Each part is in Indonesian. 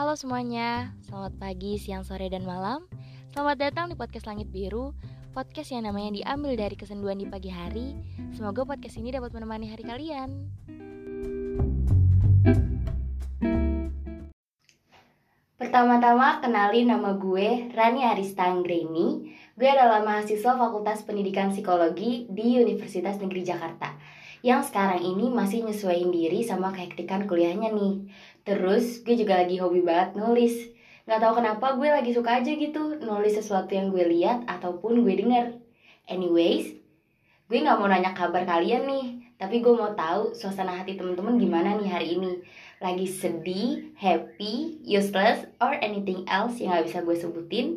Halo semuanya, selamat pagi, siang, sore, dan malam. Selamat datang di podcast Langit Biru, podcast yang namanya diambil dari kesenduan di pagi hari. Semoga podcast ini dapat menemani hari kalian. Pertama-tama, kenalin nama gue Rani Arista Anggreni. Gue adalah mahasiswa Fakultas Pendidikan Psikologi di Universitas Negeri Jakarta, yang sekarang ini masih nyesuaiin diri sama kehektikan kuliahnya nih. Terus gue juga lagi hobi banget nulis. Gak tahu kenapa gue lagi suka aja gitu nulis sesuatu yang gue lihat ataupun gue denger. Anyways, gue gak mau nanya kabar kalian nih, tapi gue mau tahu suasana hati temen-temen gimana nih hari ini. Lagi sedih, happy, useless, or anything else yang gak bisa gue sebutin.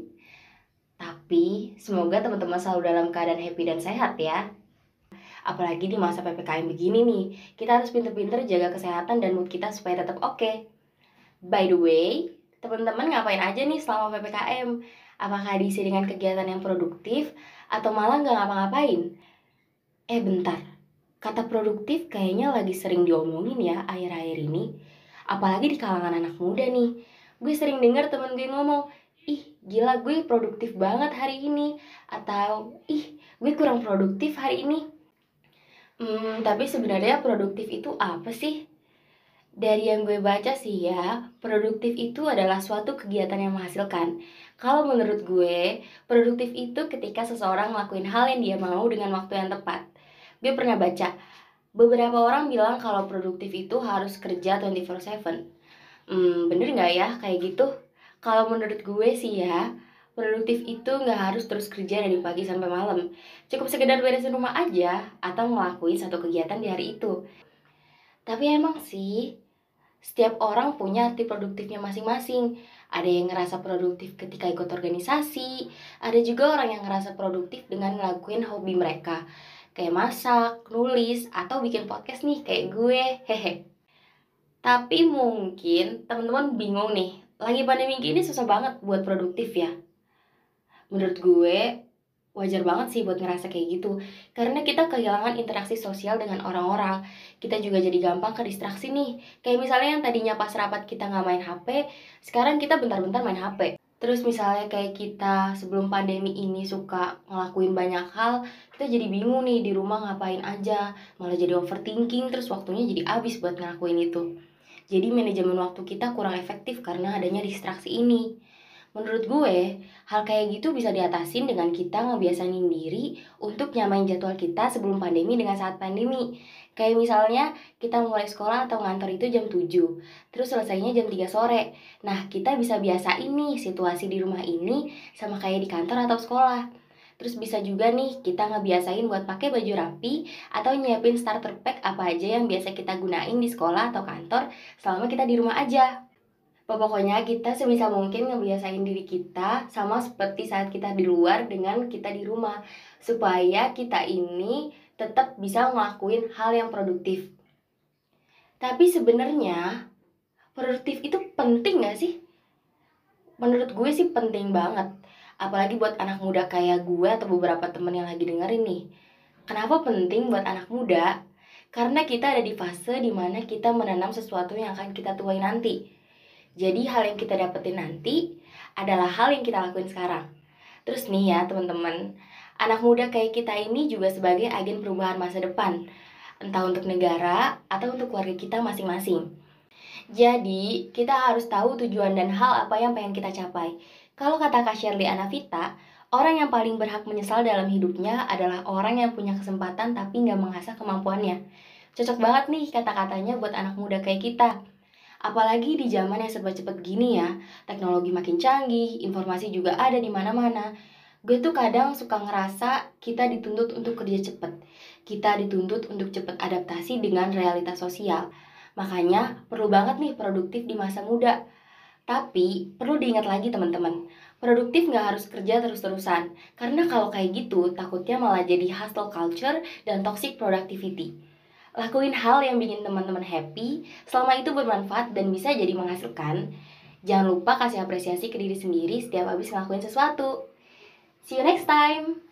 Tapi semoga teman-teman selalu dalam keadaan happy dan sehat ya. Apalagi di masa PPKM begini nih, kita harus pinter-pinter jaga kesehatan dan mood kita supaya tetap oke. By the way, teman-teman ngapain aja nih selama PPKM? Apakah diisi dengan kegiatan yang produktif atau malah gak ngapa-ngapain? Bentar, kata produktif kayaknya lagi sering diomongin ya akhir-akhir ini. Apalagi di kalangan anak muda nih. Gue sering dengar temen gue ngomong, ih gila gue produktif banget hari ini. Atau, ih gue kurang produktif hari ini. Tapi sebenarnya produktif itu apa sih? Dari yang gue baca sih ya, produktif itu adalah suatu kegiatan yang menghasilkan. Kalau menurut gue, produktif itu ketika seseorang ngelakuin hal yang dia mau dengan waktu yang tepat. Gue pernah baca, beberapa orang bilang kalau produktif itu harus kerja 24/7. Bener gak ya kayak gitu? Kalau menurut gue sih ya, produktif itu gak harus terus kerja dari pagi sampai malam. Cukup sekedar beresin rumah aja atau ngelakuin satu kegiatan di hari itu. Tapi emang sih, setiap orang punya arti produktifnya masing-masing. Ada yang ngerasa produktif ketika ikut organisasi, ada juga orang yang ngerasa produktif dengan ngelakuin hobi mereka. Kayak masak, nulis, atau bikin podcast nih kayak gue, hehe. Tapi mungkin teman-teman bingung nih, lagi pandemi gini susah banget buat produktif ya. Menurut gue, wajar banget sih buat ngerasa kayak gitu. Karena kita kehilangan interaksi sosial dengan orang-orang. Kita juga jadi gampang ke distraksi nih. Kayak misalnya yang tadinya pas rapat kita nggak main HP, sekarang kita bentar-bentar main HP. Terus misalnya kayak kita sebelum pandemi ini suka ngelakuin banyak hal, kita jadi bingung nih di rumah ngapain aja, malah jadi overthinking, terus waktunya jadi habis buat ngelakuin itu. Jadi manajemen waktu kita kurang efektif karena adanya distraksi ini. Menurut gue, hal kayak gitu bisa diatasin dengan kita ngebiasain diri untuk nyamain jadwal kita sebelum pandemi dengan saat pandemi. Kayak misalnya kita mulai sekolah atau ngantor itu jam 7, terus selesainya jam 3 sore. Nah, kita bisa biasain nih situasi di rumah ini sama kayak di kantor atau sekolah. Terus bisa juga nih kita ngebiasain buat pakai baju rapi atau nyiapin starter pack apa aja yang biasa kita gunain di sekolah atau kantor selama kita di rumah aja. Pokoknya kita sebisa mungkin ngebiasain diri kita sama seperti saat kita di luar dengan kita di rumah, supaya kita ini tetap bisa ngelakuin hal yang produktif. Tapi sebenarnya produktif itu penting gak sih? Menurut gue sih penting banget. Apalagi buat anak muda kayak gue atau beberapa temen yang lagi dengerin nih. Kenapa penting buat anak muda? Karena kita ada di fase dimana kita menanam sesuatu yang akan kita tuai nanti. Jadi hal yang kita dapetin nanti adalah hal yang kita lakuin sekarang. Terus nih ya teman-teman, anak muda kayak kita ini juga sebagai agen perubahan masa depan. Entah untuk negara atau untuk keluarga kita masing-masing. Jadi kita harus tahu tujuan dan hal apa yang pengen kita capai. Kalau kata Kak Shirley Anavita, orang yang paling berhak menyesal dalam hidupnya adalah orang yang punya kesempatan tapi gak mengasah kemampuannya. Cocok banget nih kata-katanya buat anak muda kayak kita. Apalagi di zaman yang serba cepet gini ya, teknologi makin canggih, informasi juga ada di mana-mana. Gue tuh kadang suka ngerasa kita dituntut untuk kerja cepet. Kita dituntut untuk cepet adaptasi dengan realitas sosial. Makanya perlu banget nih produktif di masa muda. Tapi perlu diingat lagi teman-teman, produktif gak harus kerja terus-terusan. Karena kalau kayak gitu, takutnya malah jadi hustle culture dan toxic productivity. Lakuin hal yang bikin teman-teman happy, selama itu bermanfaat dan bisa jadi menghasilkan. Jangan lupa kasih apresiasi ke diri sendiri setiap habis ngelakuin sesuatu. See you next time!